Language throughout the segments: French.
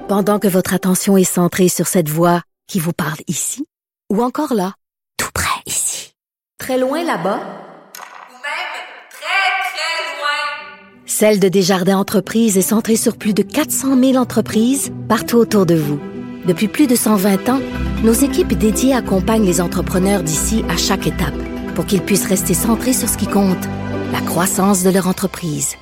Pendant que votre attention est centrée sur cette voix qui vous parle ici, ou encore là, tout près ici, très loin là-bas, ou même très, très loin. Celle de Desjardins Entreprises est centrée sur plus de 400 000 entreprises partout autour de vous. Depuis plus de 120 ans, nos équipes dédiées accompagnent les entrepreneurs d'ici à chaque étape pour qu'ils puissent rester centrés sur ce qui compte, la croissance de leur entreprise.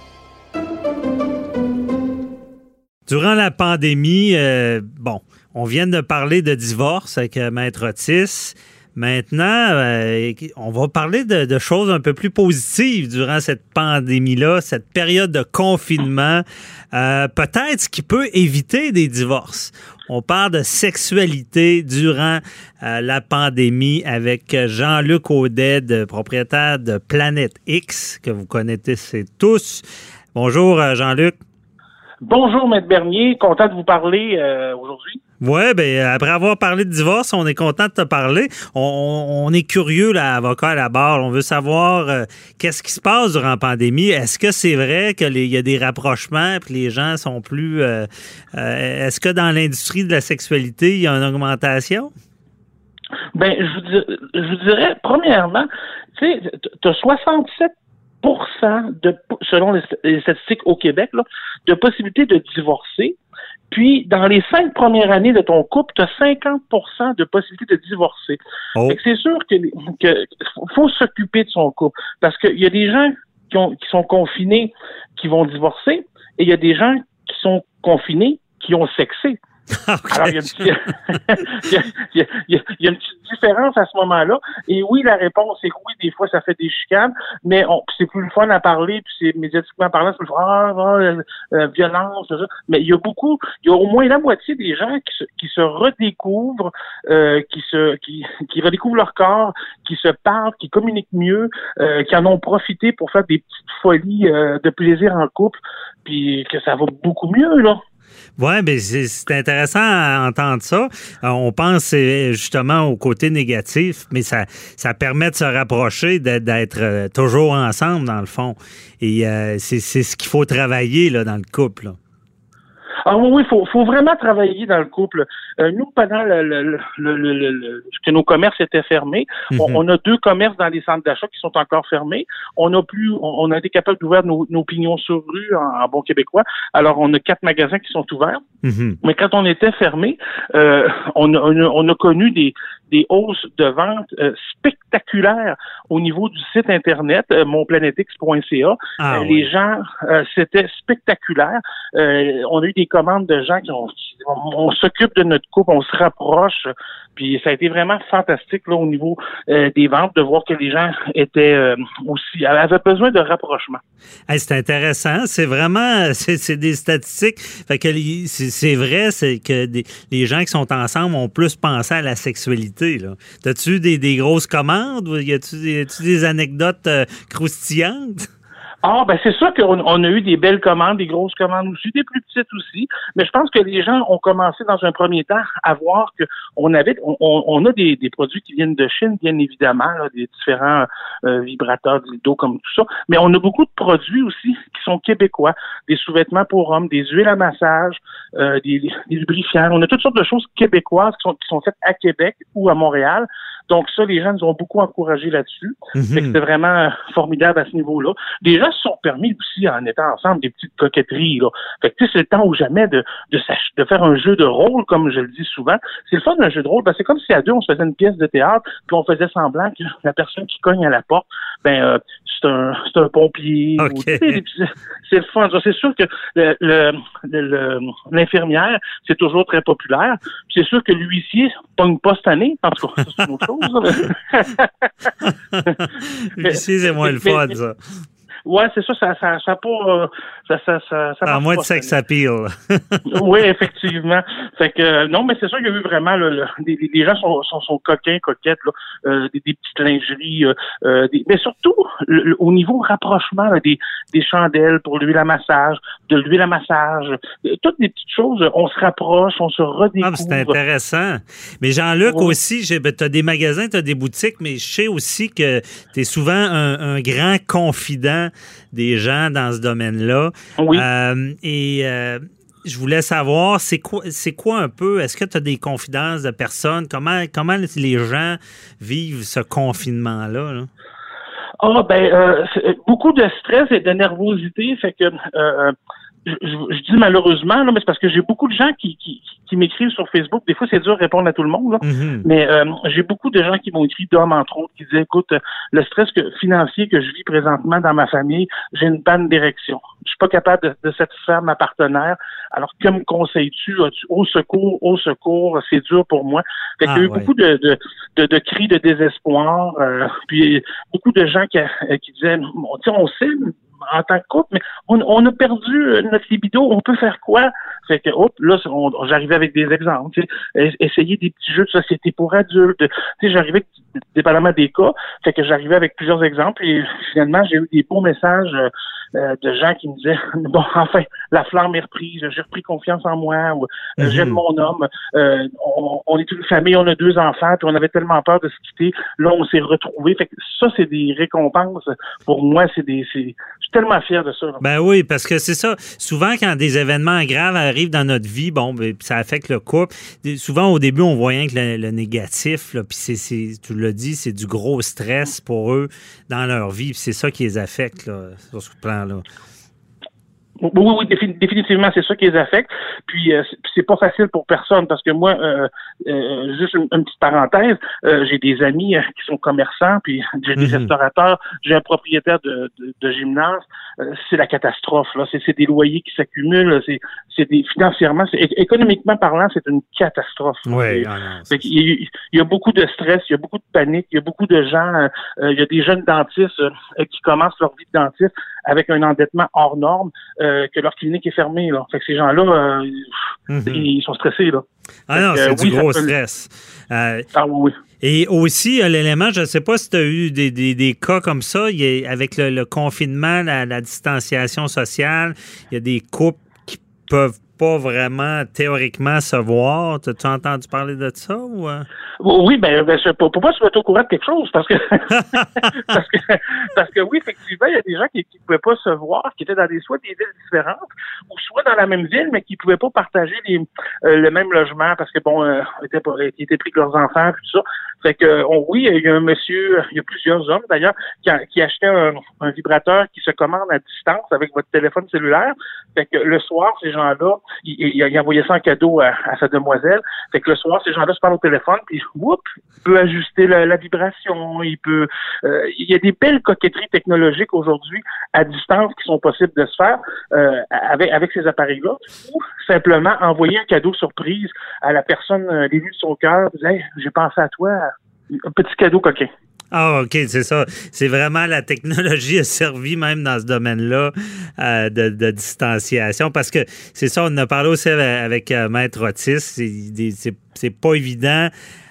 Durant la pandémie, on vient de parler de divorce avec Maître Otis. Maintenant, on va parler de choses un peu plus positives durant cette pandémie-là, cette période de confinement. Peut-être ce qui peut éviter des divorces. On parle de sexualité durant la pandémie avec Jean-Luc Audet, propriétaire de Planète X, que vous connaissez tous. Bonjour, Jean-Luc. Bonjour, Maître Bernier. Content de vous parler aujourd'hui. Oui, bien, après avoir parlé de divorce, on est content de te parler. On est curieux, là, avocat à la barre. On veut savoir qu'est-ce qui se passe durant la pandémie. Est-ce que c'est vrai qu'il y a des rapprochements et que les gens sont plus... est-ce que dans l'industrie de la sexualité, il y a une augmentation? Bien, je vous dirais, premièrement, tu sais, tu as 67 selon les statistiques au Québec, là, de possibilités de divorcer. Puis, dans les 5 premières années de ton couple, tu as 50% de possibilités de divorcer. Oh. Fait que c'est sûr que faut s'occuper de son couple. Parce qu'il y a des gens qui sont confinés qui vont divorcer et il y a des gens qui sont confinés qui ont sexé. Okay. Alors, il y a une petite différence à ce moment-là. Et oui, la réponse est que oui, des fois, ça fait des chicanes, mais c'est plus le fun à parler, puis c'est médiatiquement parlant, c'est plus violence, tout ça. Mais il y a au moins la moitié des gens qui se redécouvrent, qui redécouvrent leur corps, qui se parlent, qui communiquent mieux, qui en ont profité pour faire des petites folies de plaisir en couple, puis que ça va beaucoup mieux, là. Oui, bien, c'est intéressant à entendre ça. On pense justement au côté négatif, mais ça permet de se rapprocher, d'être toujours ensemble, dans le fond. Et c'est ce qu'il faut travailler là, dans le couple, là. Ah oui, faut vraiment travailler dans le couple. Nous, pendant que nos commerces étaient fermés, on a 2 commerces dans les centres d'achat qui sont encore fermés. On a été capable d'ouvrir nos pignons sur rue en bon québécois. Alors, on a 4 magasins qui sont ouverts. Mm-hmm. Mais quand on était fermé, on a connu des hausses de vente spectaculaires au niveau du site internet monplanetx.ca. Les gens, c'était spectaculaire. On a eu des commandes de gens on s'occupe de notre couple, on se rapproche, puis ça a été vraiment fantastique là au niveau des ventes de voir que les gens étaient avaient besoin de rapprochement. Hey, c'est intéressant, c'est vraiment c'est des statistiques. Fait que c'est vrai, c'est que les gens qui sont ensemble ont plus pensé à la sexualité là. T'as-tu des grosses commandes ou y a-tu des anecdotes croustillantes? Ah, ben c'est sûr qu'on a eu des belles commandes, des grosses commandes aussi, des plus petites aussi, mais je pense que les gens ont commencé dans un premier temps à voir que on a des produits qui viennent de Chine, bien évidemment, là, des différents vibrateurs, dildos comme tout ça, mais on a beaucoup de produits aussi qui sont québécois, des sous-vêtements pour hommes, des huiles à massage, des lubrifiants. On a toutes sortes de choses québécoises qui sont faites à Québec ou à Montréal. Donc ça, les gens nous ont beaucoup encouragés là-dessus. Mm-hmm. Fait que c'était vraiment formidable à ce niveau-là. Les gens se sont permis aussi, en étant ensemble, des petites coquetteries, là. Fait que tu sais, c'est le temps ou jamais de faire un jeu de rôle, comme je le dis souvent. C'est le fun d'un jeu de rôle, c'est comme si à 2, on se faisait une pièce de théâtre, puis on faisait semblant que la personne qui cogne à la porte, c'est un pompier. Okay. C'est le fun. C'est sûr que l'infirmière, c'est toujours très populaire. Puis c'est sûr que l'huissier pogne pas cette année. En tout cas, c'est une autre chose. L'huissier, c'est moins le fun, ça. Ouais, c'est ça, ça pas, à moins de sex appeal. Oui, effectivement. Fait que, non, mais c'est sûr qu'il y a eu vraiment, les gens sont coquins, coquettes, là, des petites lingeries, mais surtout, au niveau rapprochement, là, des chandelles pour l'huile à massage, de l'huile à massage, toutes des petites choses, on se rapproche, on se redécouvre. Ah, c'est intéressant. Mais Jean-Luc aussi, t'as des magasins, t'as des boutiques, mais je sais aussi que t'es souvent un grand confident des gens dans ce domaine-là. Oui. je voulais savoir, c'est quoi un peu, est-ce que tu as des confidences de personnes? Comment les gens vivent ce confinement-là? Là? Beaucoup de stress et de nervosité, fait que je dis malheureusement, là, mais c'est parce que j'ai beaucoup de gens qui m'écrivent sur Facebook. Des fois, c'est dur de répondre à tout le monde, là. Mm-hmm. Mais j'ai beaucoup de gens qui m'ont écrit, d'hommes entre autres, qui disaient, écoute, le stress financier que je vis présentement dans ma famille, j'ai une panne d'érection. Je suis pas capable de satisfaire ma partenaire. Alors, que me conseilles-tu? Au secours, c'est dur pour moi. Fait qu'il y a eu beaucoup de cris de désespoir. Puis beaucoup de gens qui disaient, on sait en tant que couple, mais on a perdu notre libido, on peut faire quoi? Fait que, là, j'arrivais avec des exemples, tu sais, essayer des petits jeux de société pour adultes, tu sais, j'arrivais, dépendamment des cas, fait que j'arrivais avec plusieurs exemples, et finalement, j'ai eu des beaux messages de gens qui me disaient, bon, enfin, la flamme est reprise, j'ai repris confiance en moi, ou j'aime mon homme, on est une famille, on a 2 enfants, puis on avait tellement peur de se quitter, là, on s'est retrouvés, fait que ça, c'est des récompenses, pour moi, je suis tellement fier de ça. Là. Ben oui, parce que c'est ça. Souvent, quand des événements graves arrivent dans notre vie, bon, ben, ça affecte le couple. Souvent, au début, on voit rien que le négatif, là, puis tu l'as dit, c'est du gros stress pour eux dans leur vie, puis c'est ça qui les affecte, là, sur ce plan-là. Oui, définitivement, c'est ça qui les affecte. Puis c'est pas facile pour personne parce que moi, juste une petite parenthèse, j'ai des amis qui sont commerçants, puis j'ai des restaurateurs, j'ai un propriétaire de gymnase. C'est la catastrophe là. C'est des loyers qui s'accumulent. Financièrement, économiquement parlant, c'est une catastrophe. Oui. Il y a beaucoup de stress, il y a beaucoup de panique, il y a beaucoup de gens. Il y a des jeunes dentistes qui commencent leur vie de dentiste avec un endettement hors norme. Que leur clinique est fermée, là. Fait que ces gens-là, ils sont stressés, là. Ah non, c'est du gros stress. Oui. Et aussi, l'élément, je ne sais pas si tu as eu des cas comme ça, avec le confinement, la distanciation sociale, il y a des couples qui peuvent pas vraiment théoriquement se voir. T'as-tu entendu parler de ça? Ou... Oui, pourquoi tu vas être au courant de quelque chose? Parce que parce que oui, effectivement, il y a des gens qui pouvaient pas se voir, qui étaient dans soit des villes différentes, ou soit dans la même ville, mais qui pouvaient pas partager le même logement parce que ils étaient pris que leurs enfants, puis tout ça. Fait que oui, il y a un monsieur, il y a plusieurs hommes d'ailleurs, qui achetaient un vibrateur qui se commande à distance avec votre téléphone cellulaire. Fait que le soir, ces gens-là, il envoyait ça en cadeau à sa demoiselle. Fait que le soir, ces gens-là se parlent au téléphone, puis il peut ajuster la vibration, il y a des belles coquetteries technologiques aujourd'hui à distance qui sont possibles de se faire avec ces appareils-là, ou simplement envoyer un cadeau surprise à la personne, l'élu de son cœur, hey, j'ai pensé à toi, un petit cadeau coquin. Ah, OK, c'est ça. C'est vraiment la technologie a servi même dans ce domaine-là de distanciation parce que c'est ça, on en a parlé aussi avec Maître Otis. C'est pas évident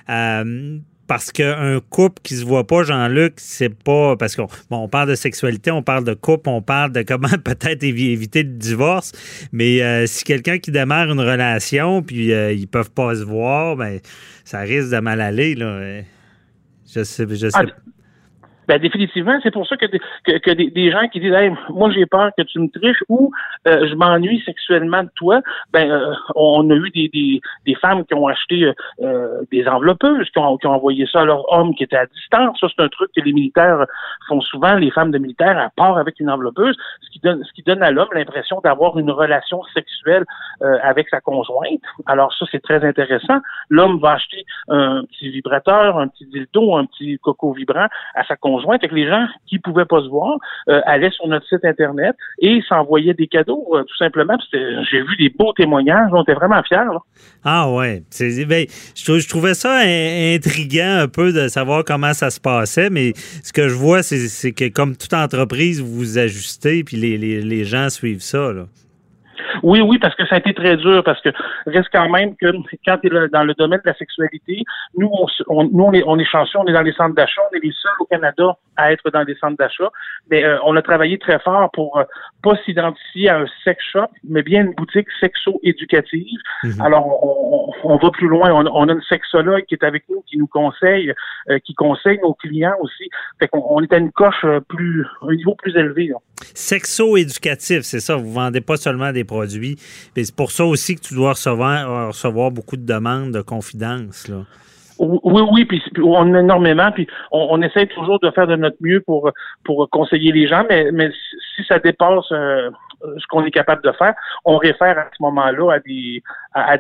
parce qu'un couple qui se voit pas, Jean-Luc, c'est pas... Parce qu'on parle de sexualité, on parle de couple, on parle de comment peut-être éviter le divorce, mais si quelqu'un qui démarre une relation puis ils peuvent pas se voir, ben ça risque de mal aller, là. Je sais. Définitivement, c'est pour ça que des gens qui disent hey, moi j'ai peur que tu me triches ou je m'ennuie sexuellement de toi. On a eu des femmes qui ont acheté des enveloppeuses, qui ont envoyé ça à leur homme qui était à distance. Ça, c'est un truc que les militaires font souvent, les femmes de militaires, à part avec une enveloppeuse, ce qui donne à l'homme l'impression d'avoir une relation sexuelle avec sa conjointe. Alors ça, c'est très intéressant. L'homme va acheter un petit vibrateur, un petit dildo, un petit coco vibrant à sa conjointe. Avec les gens qui pouvaient pas se voir allaient sur notre site internet et s'envoyaient des cadeaux tout simplement. J'ai vu des beaux témoignages, on était vraiment fiers. Là. Ah ouais, je trouvais ça intriguant un peu de savoir comment ça se passait, mais ce que je vois, c'est que comme toute entreprise, vous vous ajustez puis les gens suivent ça. Là. Oui, parce que ça a été très dur, parce que reste quand même que quand tu es dans le domaine de la sexualité, nous, on est chanceux, on est dans les centres d'achat, on est les seuls au Canada à être dans les centres d'achat, mais on a travaillé très fort pour pas s'identifier à un sex shop, mais bien une boutique sexo-éducative. Mm-hmm. Alors, on va plus loin, on a une sexologue qui est avec nous, qui nous conseille, qui conseille nos clients aussi. Fait qu'on est à une coche un niveau plus élevé. Là. Sexo-éducatif, c'est ça. Vous ne vendez pas seulement des produits. Et c'est pour ça aussi que tu dois recevoir beaucoup de demandes de confidences, là. Oui, puis on en a énormément, puis on essaie toujours de faire de notre mieux pour conseiller les gens, mais si ça dépasse ce qu'on est capable de faire, on réfère à ce moment-là à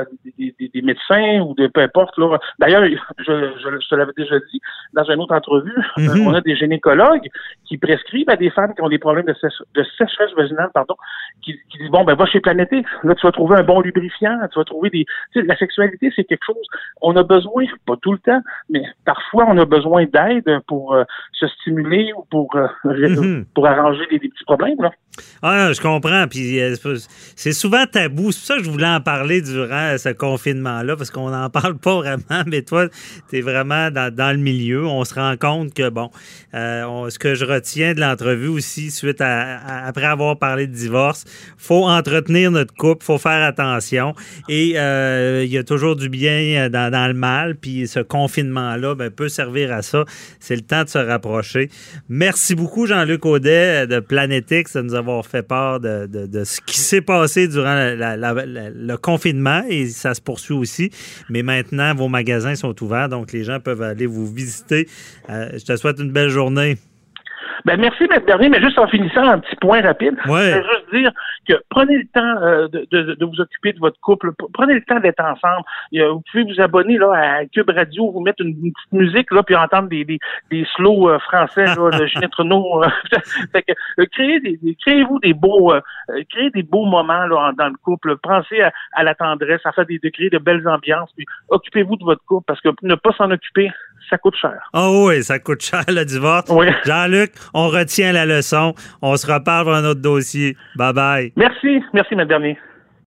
des médecins ou peu importe. Là. D'ailleurs, je te l'avais déjà dit dans une autre entrevue, on a des gynécologues qui prescrivent à des femmes qui ont des problèmes de sécheresse vaginale, qui disent bon va chez Planète X, là tu vas trouver un bon lubrifiant, tu vas trouver la sexualité c'est quelque chose, on a besoin, pas tout le temps, mais parfois on a besoin d'aide pour se stimuler ou pour arranger des petits problèmes là. Ah, je comprends. Puis c'est souvent tabou. C'est pour ça que je voulais en parler durant ce confinement-là, parce qu'on n'en parle pas vraiment. Mais toi, tu es vraiment dans le milieu. On se rend compte que, ce que je retiens de l'entrevue aussi, suite après avoir parlé de divorce, faut entretenir notre couple, faut faire attention. Et il y a toujours du bien dans le mal. Puis ce confinement-là peut servir à ça. C'est le temps de se rapprocher. Merci beaucoup, Jean-Luc Audet de Planète X, de nous avoir fait part de ce qui s'est passé durant le confinement, et ça se poursuit aussi. Mais maintenant, vos magasins sont ouverts, donc les gens peuvent aller vous visiter. Je te souhaite une belle journée. Merci, M. Bernier, mais juste en finissant, un petit point rapide. Ouais. Je veux juste dire que prenez le temps de vous occuper de votre couple. Prenez le temps d'être ensemble. Vous pouvez vous abonner là à Cube Radio, vous mettre une petite musique là, puis entendre des slows français là, de Ginette Renault. Fait que créez-vous des beaux moments là dans le couple. Pensez à la tendresse, à créer de belles ambiances, puis occupez-vous de votre couple, parce que ne pas s'en occuper, ça coûte cher. Oh oui, ça coûte cher le divorce. Oui. Jean-Luc, on retient la leçon. On se reparle pour un autre dossier. Bye bye. Merci, M. Bernier.